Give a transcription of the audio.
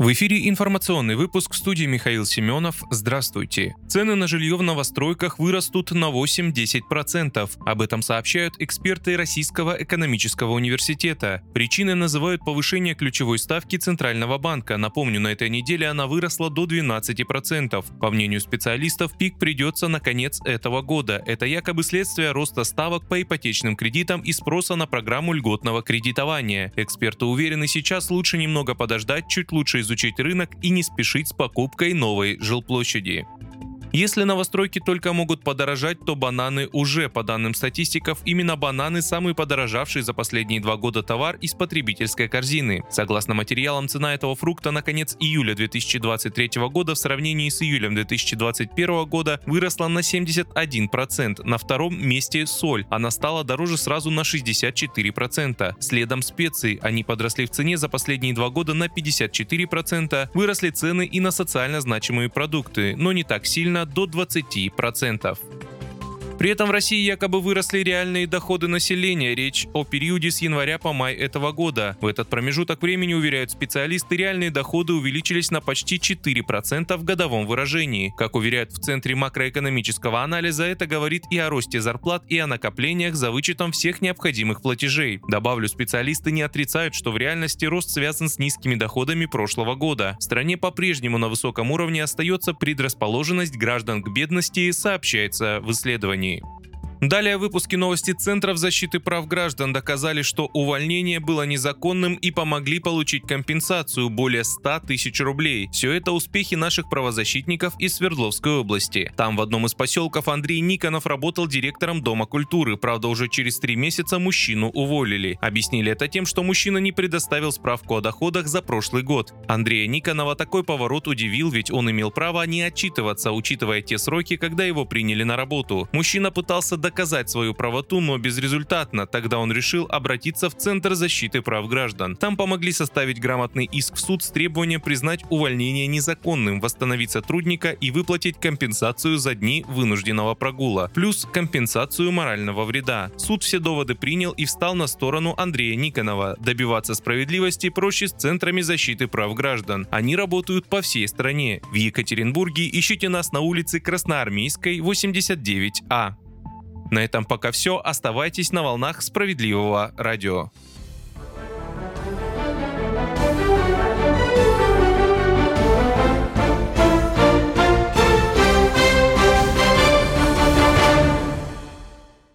В эфире информационный выпуск, в студии Михаил Семенов. Здравствуйте. Цены на жилье в новостройках вырастут на 8-10%. Об этом сообщают эксперты Российского экономического университета. Причиной называют повышение ключевой ставки Центрального банка. Напомню, на этой неделе она выросла до 12%. По мнению специалистов, пик придется на конец этого года. Это якобы следствие роста ставок по ипотечным кредитам и спроса на программу льготного кредитования. Эксперты уверены, сейчас лучше немного подождать, чуть лучше изучить рынок и не спешить с покупкой новой жилплощади. Если новостройки только могут подорожать, то бананы уже, по данным статистиков, именно бананы самый подорожавший за последние 2 года товар из потребительской корзины. Согласно материалам, цена этого фрукта на конец июля 2023 года в сравнении с июлем 2021 года выросла на 71%. На втором месте соль. Она стала дороже сразу на 64%. Следом специи. Они подросли в цене за последние 2 года на 54%. Выросли цены и на социально значимые продукты, но не так сильно, до 20%. При этом в России якобы выросли реальные доходы населения. Речь о периоде с января по май этого года. В этот промежуток времени, уверяют специалисты, реальные доходы увеличились на почти 4% в годовом выражении. Как уверяют в Центре макроэкономического анализа, это говорит и о росте зарплат, и о накоплениях за вычетом всех необходимых платежей. Добавлю, специалисты не отрицают, что в реальности рост связан с низкими доходами прошлого года. В стране по-прежнему на высоком уровне остается предрасположенность граждан к бедности, сообщается в исследовании. Далее в выпуске новости Центров защиты прав граждан доказали, что увольнение было незаконным и помогли получить компенсацию более 100 тысяч рублей. Все это успехи наших правозащитников из Свердловской области. Там в одном из поселков Андрей Никонов работал директором Дома культуры. Правда, уже через 3 месяца мужчину уволили. Объяснили это тем, что мужчина не предоставил справку о доходах за прошлый год. Андрея Никонова такой поворот удивил, ведь он имел право не отчитываться, учитывая те сроки, когда его приняли на работу. Мужчина пытался доказать свою правоту, но безрезультатно. Тогда он решил обратиться в Центр защиты прав граждан. Там помогли составить грамотный иск в суд с требованием признать увольнение незаконным, восстановить сотрудника и выплатить компенсацию за дни вынужденного прогула, плюс компенсацию морального вреда. Суд все доводы принял и встал на сторону Андрея Никонова. Добиваться справедливости проще с Центрами защиты прав граждан. Они работают по всей стране. В Екатеринбурге ищите нас на улице Красноармейской, 89А. На этом пока все. Оставайтесь на волнах Справедливого радио.